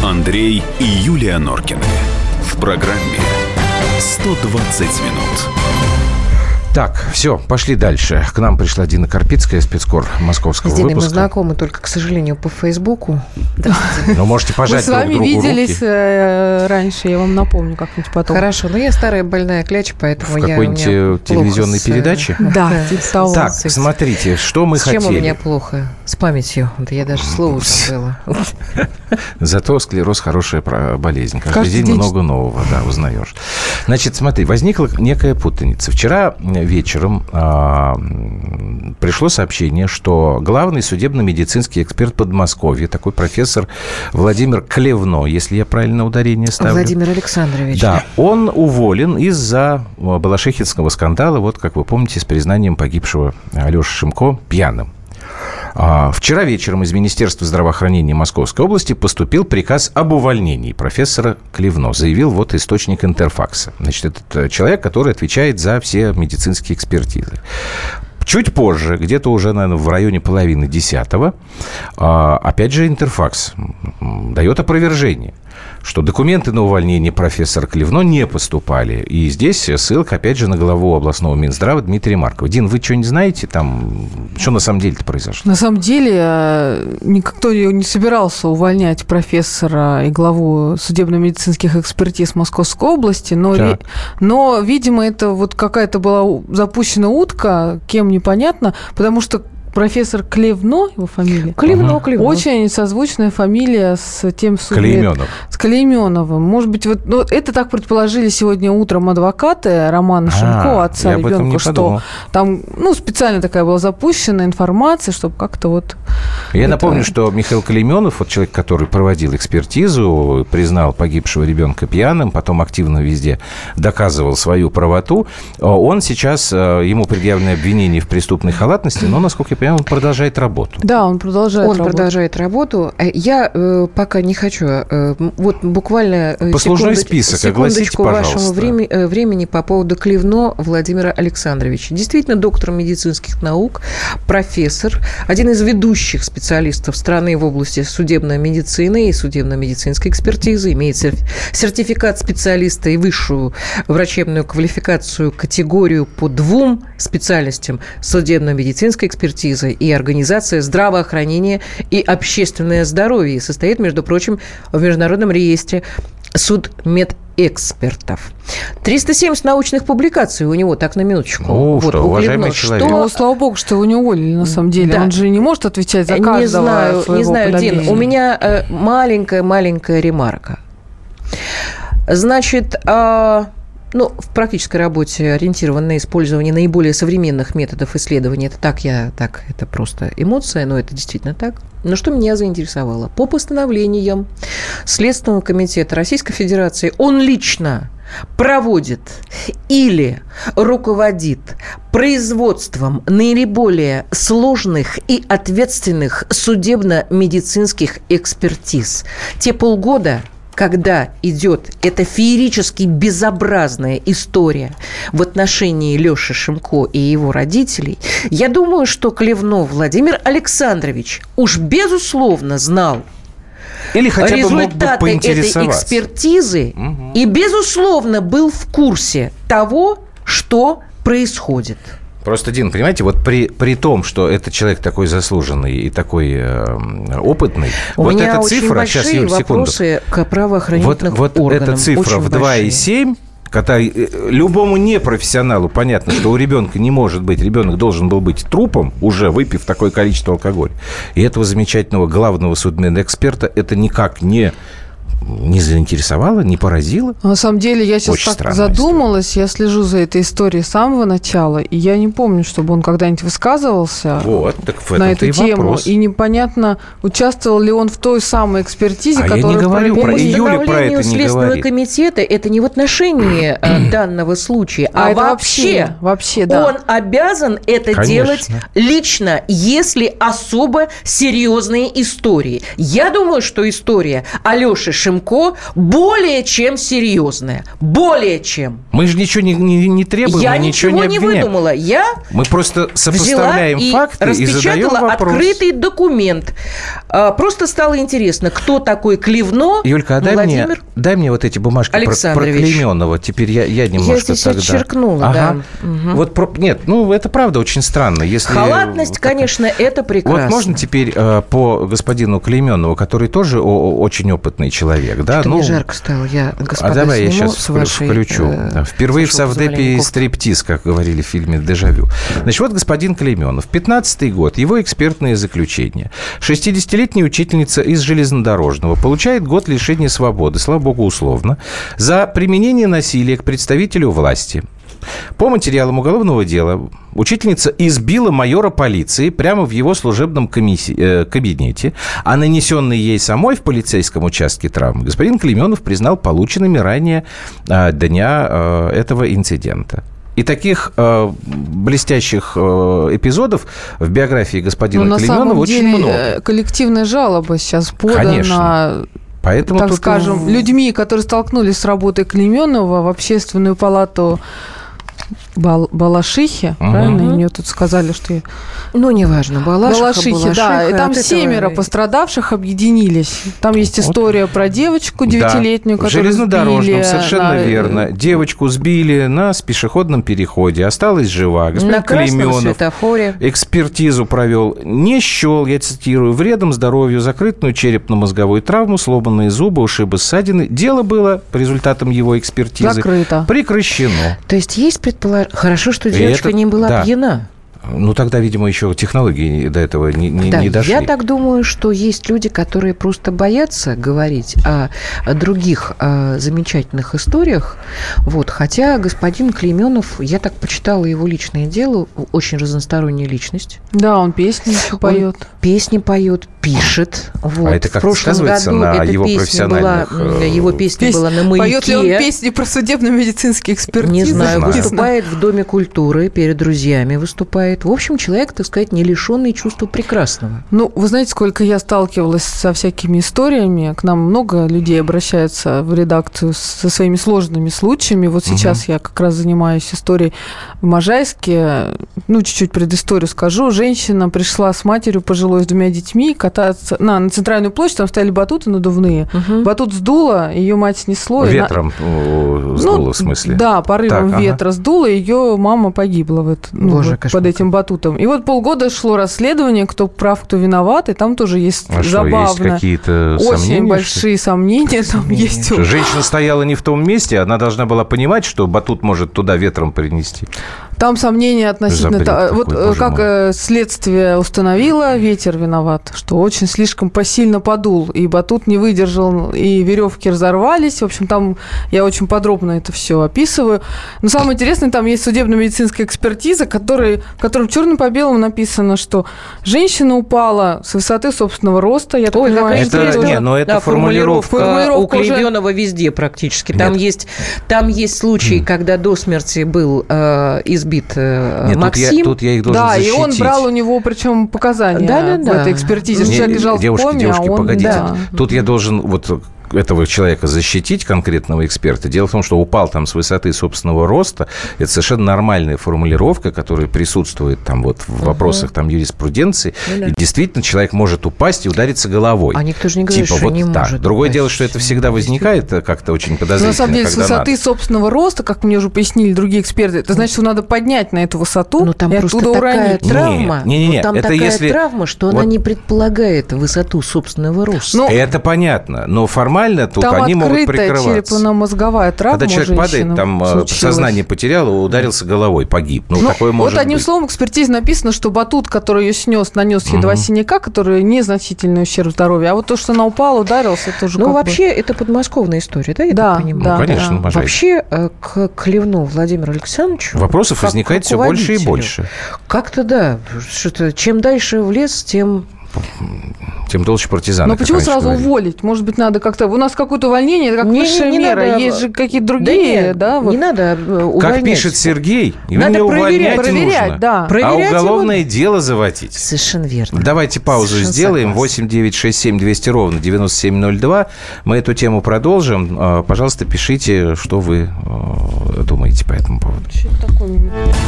Андрей и Юлия Норкины. В программе «120 минут». Так, все, пошли дальше. К нам пришла Дина Карпицкая, спецкор московского выпуска. С Диной мы знакомы только, к сожалению, по Фейсбуку. Ну, можете пожать друг другу руки. Мы с вами виделись раньше, я вам напомню как-нибудь потом. Хорошо, но я старая больная кляча, поэтому в какой-нибудь телевизионной передаче? Да, типа того. Так, смотрите, что мы хотели. С чем у меня плохо? С памятью. Да я даже слово забыла. Зато склероз хорошая болезнь. Каждый день много нового, да, узнаешь. Значит, смотри, возникла некая путаница. Вчера вечером пришло сообщение, что главный судебно-медицинский эксперт Подмосковья, такой профессор Владимир Клевно, если я правильно ударение ставлю. Владимир Александрович. Да, он уволен из-за балашихинского скандала, вот, как вы помните, с признанием погибшего Алёши Шимко пьяным. Вчера вечером из Министерства здравоохранения Московской области поступил приказ об увольнении профессора Клевно, заявил вот источник Интерфакса. Значит, это человек, который отвечает за все медицинские экспертизы. Чуть позже, где-то уже, наверное, в районе половины 10-го, опять же, Интерфакс дает опровержение, что документы на увольнение профессора Клевно не поступали. И здесь ссылка, опять же, на главу областного Минздрава Дмитрия Маркова. Дин, вы что-нибудь знаете, там, что на самом деле-то произошло? На самом деле, никто не собирался увольнять профессора и главу судебно-медицинских экспертиз Московской области, но, видимо, это вот какая-то была запущена утка, кем непонятно, потому что профессор Клевно, его фамилия? Клевно. Очень созвучная фамилия с тем... Клейменов. С Клейменовым. Может быть, вот это так предположили сегодня утром адвокаты Романа Шимко, отца ребенка, что там специально такая была запущена информация, чтобы как-то вот... Я напомню, что Михаил Клейменов, вот человек, который проводил экспертизу, признал погибшего ребенка пьяным, потом активно везде доказывал свою правоту, он сейчас, ему предъявлено обвинение в преступной халатности, но, насколько я понимаю, он продолжает работу. Да, он продолжает работу. Я пока не хочу. Вот буквально послужной список огласите, пожалуйста. Вашему времени по поводу Клевно Владимира Александровича. Действительно, доктор медицинских наук, профессор, один из ведущих специалистов страны в области судебной медицины и судебно-медицинской экспертизы, имеет сертификат специалиста и высшую врачебную квалификацию, категорию по 2 специальностям: судебно-медицинской экспертизы и организация здравоохранения и общественное здоровье. Состоит, между прочим, в Международном реестре судмедэкспертов. 370 научных публикаций у него, так, на минуточку. Ну, вот, что, уважаемый человек. Слава богу, что его не уволили, на самом деле. Да. Он же не может отвечать за каждого своего Не знаю, подобия. Дин, у меня маленькая ремарка. Значит, в практической работе ориентирован на использование наиболее современных методов исследования. Это просто эмоция, но это действительно так. Но что меня заинтересовало? По постановлениям Следственного комитета Российской Федерации он лично проводит или руководит производством наиболее сложных и ответственных судебно-медицинских экспертиз. Те полгода, когда идет эта феерически безобразная история в отношении Лёши Шимко и его родителей, я думаю, что Клевно Владимир Александрович уж безусловно знал или хотя бы результаты этой экспертизы и, безусловно, был в курсе того, что происходит. Просто, Дин, понимаете, вот при том, что этот человек такой заслуженный и такой опытный, у вот меня эта очень цифра, сейчас, Юль, вопросы к правоохранительным органам. Вот эта цифра в 2,7, когда любому непрофессионалу понятно, что у ребенка не может быть, ребенок должен был быть трупом, уже выпив такое количество алкоголя. И этого замечательного главного судмедэксперта это никак не заинтересовало, не поразило. На самом деле, я сейчас очень так задумалась, я слежу за этой историей с самого начала, и я не помню, чтобы он когда-нибудь высказывался на эту тему. Вопрос. И непонятно, участвовал ли он в той самой экспертизе, которая... Я не говорю про Юля, про это не Следственного говорит. комитета это не в отношении данного случая, а вообще да. Он обязан это делать лично, если особо серьезные истории. Я думаю, что история Алёши Шимко Шимко более чем серьезная. Более чем. Мы же ничего не требуем, я мы ничего не выдумала. Я мы просто сопоставляем факты и задаем вопрос. Открытый документ. Просто стало интересно, кто такой Клевно. Юлька, дай мне вот эти бумажки про Клейменова. Теперь я немножко здесь отчеркнула, ага. да. Угу. Вот нет, это правда очень странно. Если халатность, конечно, это прекрасно. Вот можно теперь по господину Клейменову, который тоже очень опытный человек, да? Что-то мне жарко стало. Я, господа, давай я сейчас включу. Впервые в Совдепе стриптиз, как говорили в фильме «Дежавю». Значит, вот господин Клейменов. 15-й год. Его экспертное заключение. 60-летняя учительница из железнодорожного получает год лишения свободы, слава богу, условно, за применение насилия к представителю власти. По материалам уголовного дела учительница избила майора полиции прямо в его служебном кабинете, а нанесенные ей самой в полицейском участке травмы господин Клейменов признал полученными ранее дня этого инцидента. И таких блестящих эпизодов в биографии господина Клейменова очень много. На самом деле коллективная жалоба сейчас подана. Конечно. Поэтому так скажем, людьми, которые столкнулись с работой Клейменова в Общественную палату Балашихи, правильно? Мне тут сказали, что я... неважно, Балашихи, да. И там 7 пострадавших объединились. Там есть история про девочку 9-летнюю, которую железнодорожном, совершенно верно. Девочку сбили на пешеходном переходе. Осталась жива. Господин Клейменов экспертизу провел. Не счел, я цитирую, вредом здоровью, закрытую черепно-мозговую травму, сломанные зубы, ушибы, ссадины. Дело было, по результатам его экспертизы, прекращено. То есть хорошо, что девочка не была пьяна. Тогда, видимо, еще технологии до этого не дошли. Я так думаю, что есть люди, которые просто боятся говорить о других замечательных историях. Хотя господин Клейменов, я так почитала его личное дело, очень разносторонняя личность. Да, он песни поет. Песни поет, пишет. А это как сказывается на его профессиональных... Его песня была на «Маяке». Поет ли он песни про судебно-медицинские экспертизы? Не знаю. Выступает в Доме культуры, перед друзьями выступает. В общем, человек, так сказать, не лишенный чувства прекрасного. Вы знаете, сколько я сталкивалась со всякими историями. К нам много людей обращаются в редакцию со своими сложными случаями. Вот сейчас я как раз занимаюсь историей в Можайске. Чуть-чуть предысторию скажу. Женщина пришла с матерью пожилой, с 2 детьми, кататься на центральную площадь. Там стояли батуты надувные. Батут сдуло, ее мать снесло. Ветром сдуло, в смысле? Да, порывом ветра сдуло, ее мама погибла под этим батутом. И полгода шло расследование, кто прав, кто виноват, и там тоже есть забавно. Есть какие-то очень большие сомнения там есть. Женщина стояла не в том месте, она должна была понимать, что батут может туда ветром принести. Там сомнения относительно... как следствие установило, ветер виноват, что очень слишком посильно подул, и батут не выдержал, и веревки разорвались. В общем, там я очень подробно это все описываю. Но самое интересное, там есть судебно-медицинская экспертиза, в которой черным по белому написано, что женщина упала с высоты собственного роста. Я так понимаю, это формулировка у Клейменова везде практически. Там есть случаи, когда до смерти был избит Максим. Тут я их должен защитить. Да, и он брал у него, причем, показания в этой экспертизе. Человек лежал в коме, а он... погодите. Тут я должен этого человека защитить, конкретного эксперта. Дело в том, что упал там с высоты собственного роста. Это совершенно нормальная формулировка, которая присутствует там в вопросах там юриспруденции. И действительно человек может упасть и удариться головой. А никто же не говорит, что не может. Другое дело, что это всегда возникает как-то очень подозрительно. На самом деле, с высоты собственного роста, как мне уже пояснили другие эксперты, это значит, что надо поднять на эту высоту там и просто оттуда такая уронить. Травма. Там это такая травма, что она не предполагает высоту собственного роста. Это понятно, но формально тут там они могут прикрываться. Там открытая черепно-мозговая травма. Когда человек падает, там сознание потерял, ударился головой, погиб. Такое может одним словом, в экспертизе написано, что батут, который ее снес, нанес ей 2 синяка, которые незначительный ущерб здоровью. А вот то, что она упала, ударился, это уже вообще, это подмосковная история, да, я так понимаю? Да, конечно. Да. Вообще, к Клевну Владимиру Александровичу... Вопросов возникает все больше и больше. Как-то, да. Что-то, чем дальше в лес, тем... тем толще партизаны. Но почему сразу уволить? Может быть, надо как-то... У нас какое-то увольнение, это как высшая мера. Надо... Есть же какие-то другие, да? Не надо увольнять. Как пишет Сергей, надо увольнять нужно, да. А уголовное дело заводить. Совершенно верно. Давайте паузу сделаем. 8-967-200-97-02. Мы эту тему продолжим. Пожалуйста, пишите, что вы думаете по этому поводу. Что это такое?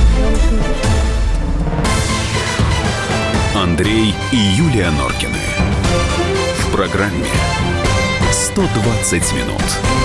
Андрей и Юлия Норкины. В программе 120 минут.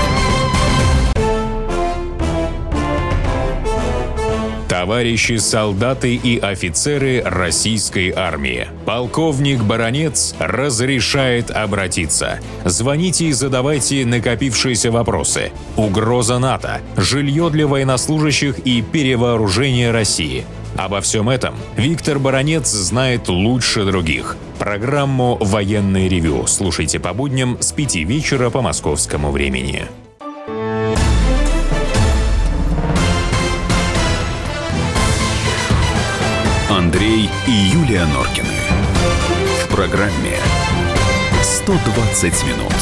Товарищи солдаты и офицеры российской армии. Полковник Баранец разрешает обратиться. Звоните и задавайте накопившиеся вопросы. Угроза НАТО, жилье для военнослужащих и перевооружение России. Обо всем этом Виктор Баранец знает лучше других. Программу «Военное ревю» слушайте по будням с 5 вечера по московскому времени. Андрей и Юлия Норкины. В программе 120 минут.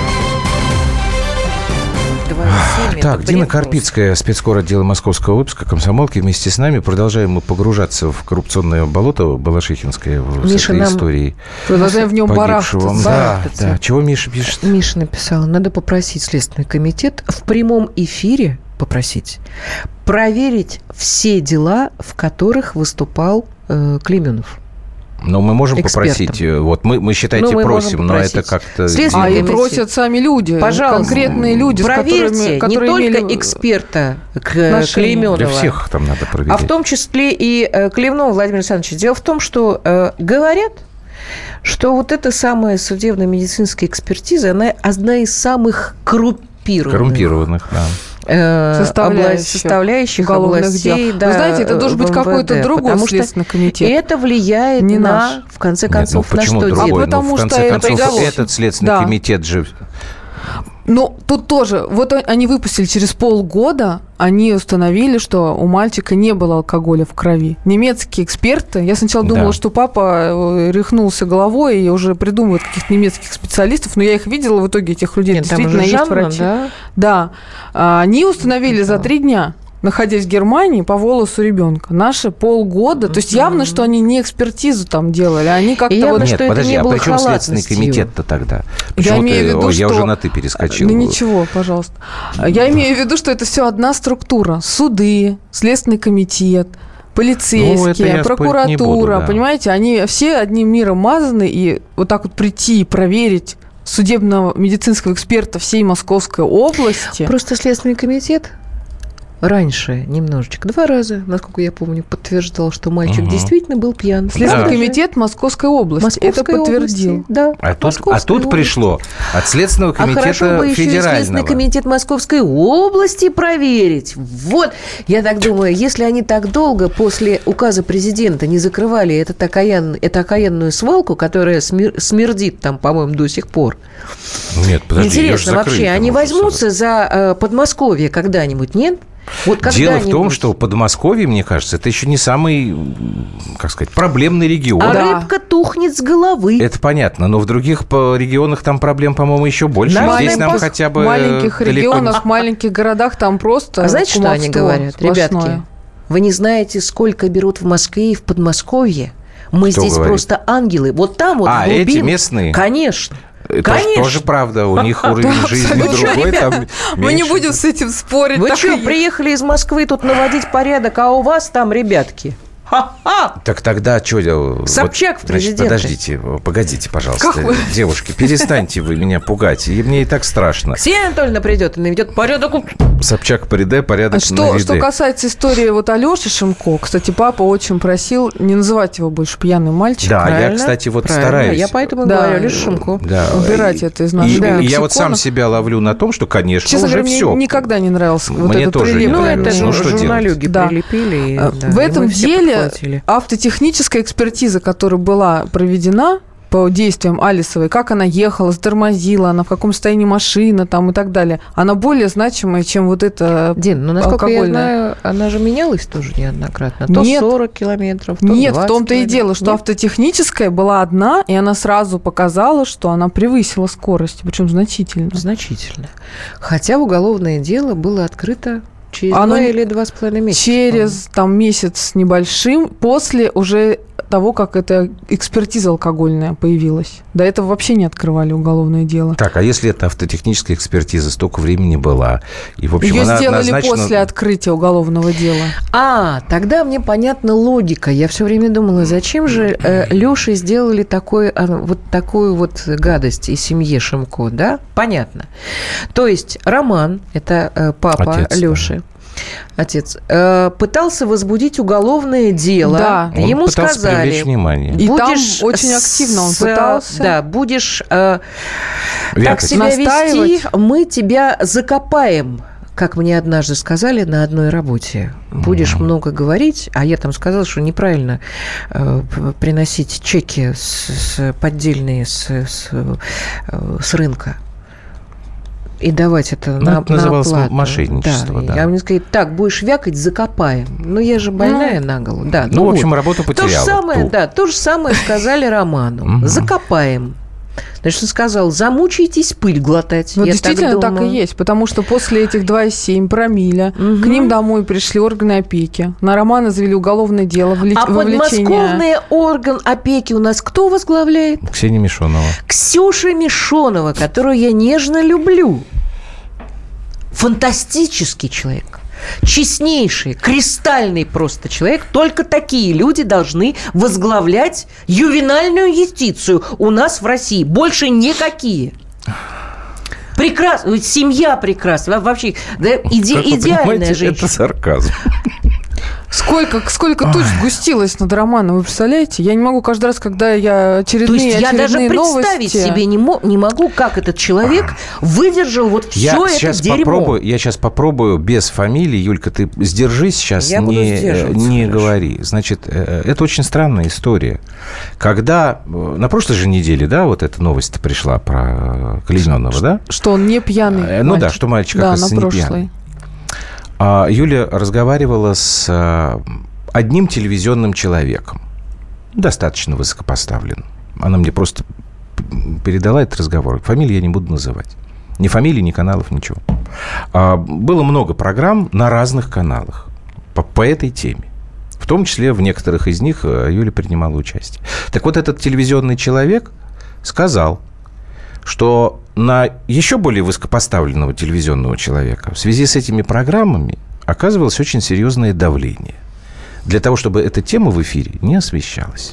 Так, Дина Карпицкая, спецкор отдела московского выпуска «Комсомолки». Вместе с нами продолжаем мы погружаться в коррупционное болото балашихинское с этой историей. Продолжаем в нем барахтаться. Да. Чего Миша пишет? Миша написал, надо попросить Следственный комитет в прямом эфире проверить все дела, в которых выступал Клейменов. Но мы можем попросить, вот мы считайте, просим, но это как-то... И просят сами люди, пожалуйста, конкретные люди, проверьте, которые не только эксперта Клейменова. Для всех там надо проверить. А в том числе и Клейменова Владимира Александровича. Дело в том, что говорят, что вот эта самая судебно-медицинская экспертиза, она одна из самых коррумпированных, да. Составляющих областей. Да, вы знаете, это должен быть какой-то другой следственный комитет. И это влияет в конце концов, на что делать. Потому что этот следственный комитет же... Но тут тоже, вот они выпустили через полгода, они установили, что у мальчика не было алкоголя в крови. Немецкие эксперты, я сначала думала, что папа рехнулся головой и уже придумывает каких-то немецких специалистов, но я их видела, в итоге этих людей действительно есть врачи. Да, они установили за 3 дня, находясь в Германии, по волосу ребенка. Наши полгода. То есть явно, что они не экспертизу там делали, они как-то... Нет, подожди, а при чем Следственный комитет-то тогда? Я имею в виду, что... Я уже на «ты» перескочил. Ну ничего, пожалуйста. Я имею в виду, что это все одна структура. Суды, Следственный комитет, полицейские, прокуратура, понимаете? Они все одним миром мазаны, и вот так вот прийти и проверить судебного медицинского эксперта всей Московской области... Просто Следственный комитет... Раньше немножечко, 2 раза, насколько я помню, подтверждал, что мальчик действительно был пьян. Следственный комитет Московской области это подтвердил. Да, а тут пришло от Следственного комитета хорошо бы еще и Следственный комитет Московской области проверить. Вот, я так думаю, если они так долго после указа президента не закрывали эту окаянную свалку, которая смердит там, по-моему, до сих пор. Нет, подожди, интересно, вообще, они возьмутся за Подмосковье когда-нибудь, нет? Вот дело в том, что Подмосковье, мне кажется, это еще не самый, как сказать, проблемный регион. А рыбка тухнет с головы. Это понятно, но в других регионах там проблем, по-моему, еще больше. Здесь нам хотя бы... В маленьких регионах, в маленьких городах там просто... А знаете, что они говорят? Ребятки, вы не знаете, сколько берут в Москве и в Подмосковье? Мы здесь просто ангелы. Вот там вот в глубинах... эти местные? Конечно. Это тоже правда, у них уровень жизни другой. Мы не будем с этим спорить. Вы что, приехали из Москвы тут наводить порядок, а у вас там, ребятки... Ха-ха! Так тогда что? Собчак в президенты. Погодите, пожалуйста. Девушки, перестаньте вы меня пугать. И мне и так страшно. Ксения Анатольевна придет и наведет порядок. Собчак приде, порядок наведе. Что касается истории вот Алёши Шимко, кстати, папа очень просил не называть его больше пьяным мальчиком. Да, я, кстати, вот стараюсь. Я поэтому говорю Алёша Шимко. Убирать это из нашего лексикона. Я вот сам себя ловлю на том, что, конечно, честно уже говоря, все. мне никогда не нравился вот мне этот тоже прилив. Ну, это журналюги прилепили. В этом деле автотехническая экспертиза, которая была проведена, по действиям Алисовой, как она ехала, затормозила, она в каком состоянии машина там и так далее, она более значимая, чем вот это Дин, ну, насколько алкогольное. я знаю, она же менялась тоже неоднократно. То Нет. 40 километров, то Нет, 20 в том-то и дело, что Нет? автотехническая была одна, и она сразу показала, что она превысила скорость, причем значительно. Значительно. Хотя уголовное дело было открыто через Оно 2 или 2,5 месяца. Через там месяц с небольшим, после уже того, как эта экспертиза алкогольная появилась. До этого вообще не открывали уголовное дело. Так, а если это автотехническая экспертиза, столько времени была, и, в общем, Ее она сделали назначена... после открытия уголовного дела. Тогда мне понятна логика. Я все время думала, зачем же Лёше сделали такую вот гадость и семье Шимко, да? Понятно. То есть Роман, это папа Отец, Лёши, отец, пытался возбудить уголовное дело. Да. Он Ему пытался сказали, привлечь внимание. И там очень активно он пытался. Да, будешь так Вякать. себя вести, Настаивать. мы тебя закопаем. Как мне однажды сказали на одной работе, будешь много говорить, а я там сказала, что неправильно приносить чеки поддельные с рынка. И давать это на называлось оплату. мошенничество, да. Я мне сказали, так, будешь вякать, закопаем. Ну, я же больная на голову. Да, Ну, в общем, работу потеряла. То же самое сказали Роману. Закопаем. Значит, он сказал, замучаетесь пыль глотать. Вот Я действительно так и думаю. есть, потому что после этих 2,7 промилле к ним домой пришли органы опеки. На Романа завели уголовное дело А подмосковный орган опеки у нас кто возглавляет? Ксения Мишонова. Ксюша Мишонова, которую я нежно люблю. Фантастический человек. Честнейший, кристальный просто человек. Только такие люди должны возглавлять ювенальную юстицию у нас в России. Больше никакие. Прекрасно. Семья прекрасна. Вообще, да, идеальная женщина. Это сарказм. Сколько туч сгустилось над Романом, вы представляете? Я не могу каждый раз, когда я очередные новости... То есть я даже представить себе не могу, как этот человек выдержал вот все это дерьмо. Я сейчас попробую без фамилии. Юлька, ты сдержись сейчас, Я буду сдерживаться, не хорошо. говори. Значит, это очень странная история. Когда на прошлой же неделе, да, вот эта новость пришла про Клейменова, да? Что он не пьяный Ну мальчик. да, что мальчик, да, оказывается, на не пьяный. прошлой. Юля разговаривала с одним телевизионным человеком, достаточно высокопоставленным. Она мне просто передала этот разговор. Фамилии я не буду называть. Ни фамилий, ни каналов, ничего. Было много программ на разных каналах по этой теме. В том числе в некоторых из них Юля принимала участие. Так вот, этот телевизионный человек сказал, что на еще более высокопоставленного телевизионного человека в связи с этими программами оказывалось очень серьезное давление для того, чтобы эта тема в эфире не освещалась.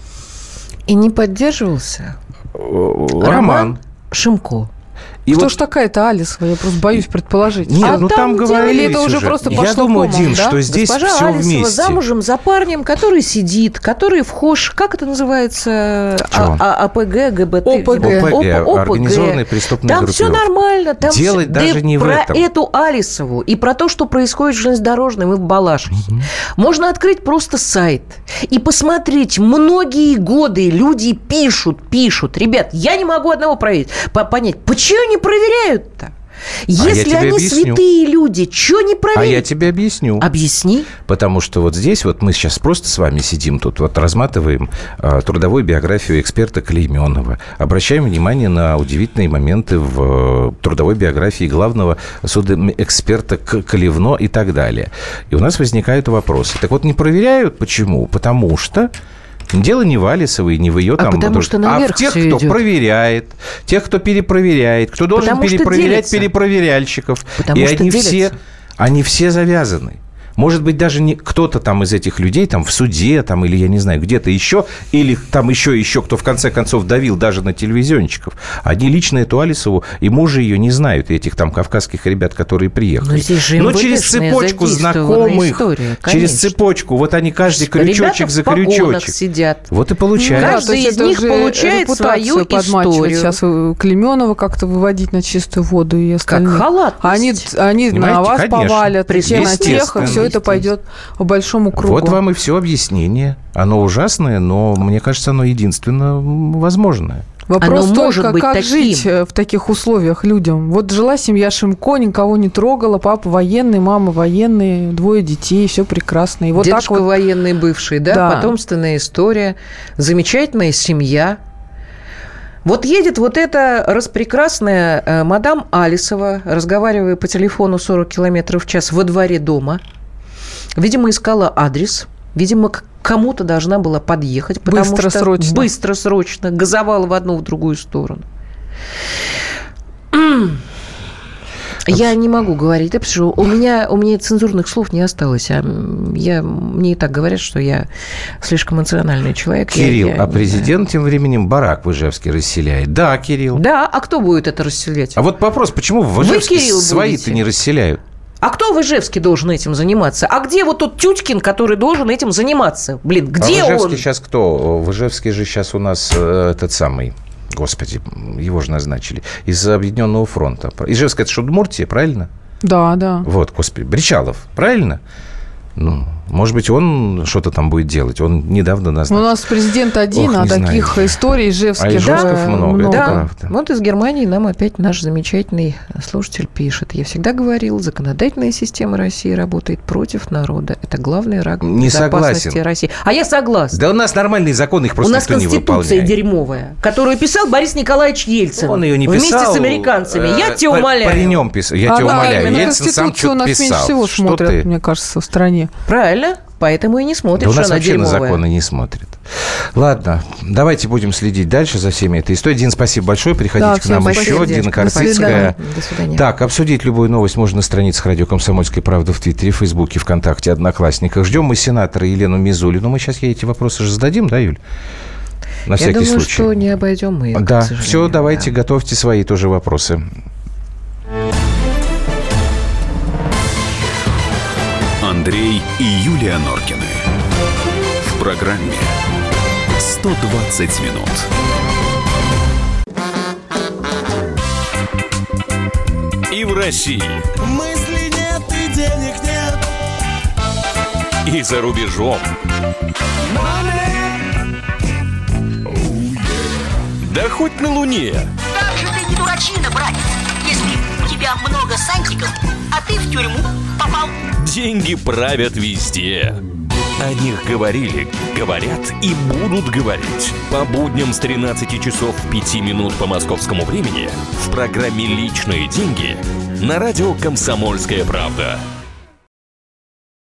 И не поддерживался Роман Шимко. И Кто вот... ж такая-то Алисова? Я просто боюсь предположить. Нет, ну там говорили. Или это уже просто Я пошло думаю, комом, Дин, да? что здесь Госпожа все Алисова вместе. замужем за парнем, который сидит, который вхож, как это называется? Чё? АПГ, ГБТ. ОПГ, организованная преступная Там все группировка. нормально. Там Дело даже не в про этом. эту Алисову и про то, что происходит в железнодорожном и в Балашихе. Можно открыть просто сайт и посмотреть. Многие годы люди пишут. Ребят, я не могу одного понять, почему не проверяют-то? Если тебе они объясню. святые люди, что не проверить? А я тебе объясню. Объясни. Потому что вот здесь вот мы сейчас просто с вами сидим тут, вот разматываем трудовую биографию эксперта Клейменова, обращаем внимание на удивительные моменты в трудовой биографии главного судмедэксперта Каливно и так далее. И у нас возникают вопросы. Так вот, не проверяют. Почему? Потому что дело не в Алисовой, не в ее там... потому что наверх а в тех, всё кто идет. проверяет, тех, кто перепроверяет, кто должен Потому что перепроверять делятся. перепроверяльщиков. Потому и что делятся. они все завязаны. Может быть, даже не кто-то там из этих людей там в суде, там, или я не знаю, где-то еще, или там еще, кто в конце концов давил даже на телевизионщиков. Они лично эту Алисову и мужа ее не знают, и этих там кавказских ребят, которые приехали. Но здесь же Но через МВДшная цепочку задействованная знакомых, история, через конечно. цепочку, вот они каждый крючочек Ребята за в погонах крючочек. сидят. Вот и получается. Каждый то есть из это них же получает репутацию свою подмачивать. историю. Сейчас Клейменова как-то выводить на чистую воду и остальные. халатность. Они на Понимаете, вас конечно. повалят, те на тех, и все все это пойдет по большому кругу. Вот вам и все объяснение. Оно ужасное, но мне кажется, оно единственно возможное. Вопрос Оно может только, быть как таким. жить в таких условиях людям. Вот жила семья Шимко, никого не трогала, папа военный, мама военный, 2 детей, все прекрасно. И вот дедушка так вот... военный бывший, да, потомственная история, замечательная семья. Вот едет вот эта распрекрасная мадам Алисова, разговаривая по телефону 40 километров в час во дворе дома. Видимо, искала адрес. Видимо, к кому-то должна была подъехать, потому что быстро-срочно газовала в одну, в другую сторону. Я не могу говорить, потому что у меня цензурных слов не осталось. Мне и так говорят, что я слишком эмоциональный человек. Кирилл, а президент тем временем барак в Ижевске расселяет. Да, Кирилл. Да, а кто будет это расселять? А вот вопрос, почему в Ижевске свои-то не расселяют? А кто в Ижевске должен этим заниматься? А где вот тот Тютькин, который должен этим заниматься? Блин, где он? А в Ижевске сейчас кто? В Ижевске же сейчас у нас этот самый... Господи, его же назначили. Из Объединенного фронта. Ижевск – это что, Удмуртия, правильно? Да, да. Вот, господи, Бричалов, правильно? Ну, может быть, он что-то там будет делать. Он недавно назначил. У нас президент один, а таких историй ижевских много. Да, правда. вот из Германии нам опять наш замечательный слушатель пишет. Я всегда говорил, законодательная система России работает против народа. Это главный враг безопасности России. А я согласна. Да у нас нормальные законы, их просто никто не выполняет. У нас конституция дерьмовая, которую писал Борис Николаевич Ельцин. Он ее не писал. Вместе с американцами. Я тебя умоляю. При нем писал. Я тебя умоляю. Ельцин сам что-то писал. У нас меньше всего смотрят, мне кажется, в стране. Правильно. Поэтому и не смотрит, да что она дерьмовая. У нас вообще на законы не смотрят. Ладно, давайте будем следить дальше за всеми этой историей. Дин, спасибо большое. Приходите к нам еще. Дина Карпицкая. До свидания. Так, обсудить любую новость можно на страницах «Радио Комсомольская правда» в Твиттере, Фейсбуке, ВКонтакте, Одноклассниках. Ждем мы сенатора Елену Мизулину. Мы сейчас ей эти вопросы же зададим, да, Юль? На всякий случай. Я думаю, что не обойдем мы ее, да, все, давайте, готовьте свои тоже вопросы. Андрей и Юлия Норкины. В программе «120 минут». И в России. Мысли нет и денег нет. И за рубежом. Да хоть на Луне. Как же ты не дурачина, братец, если у тебя много сантиков, а ты в тюрьму попал. Деньги правят везде. О них говорили, говорят и будут говорить. По будням с 13 часов 5 минут по московскому времени в программе «Личные деньги» на радио «Комсомольская правда».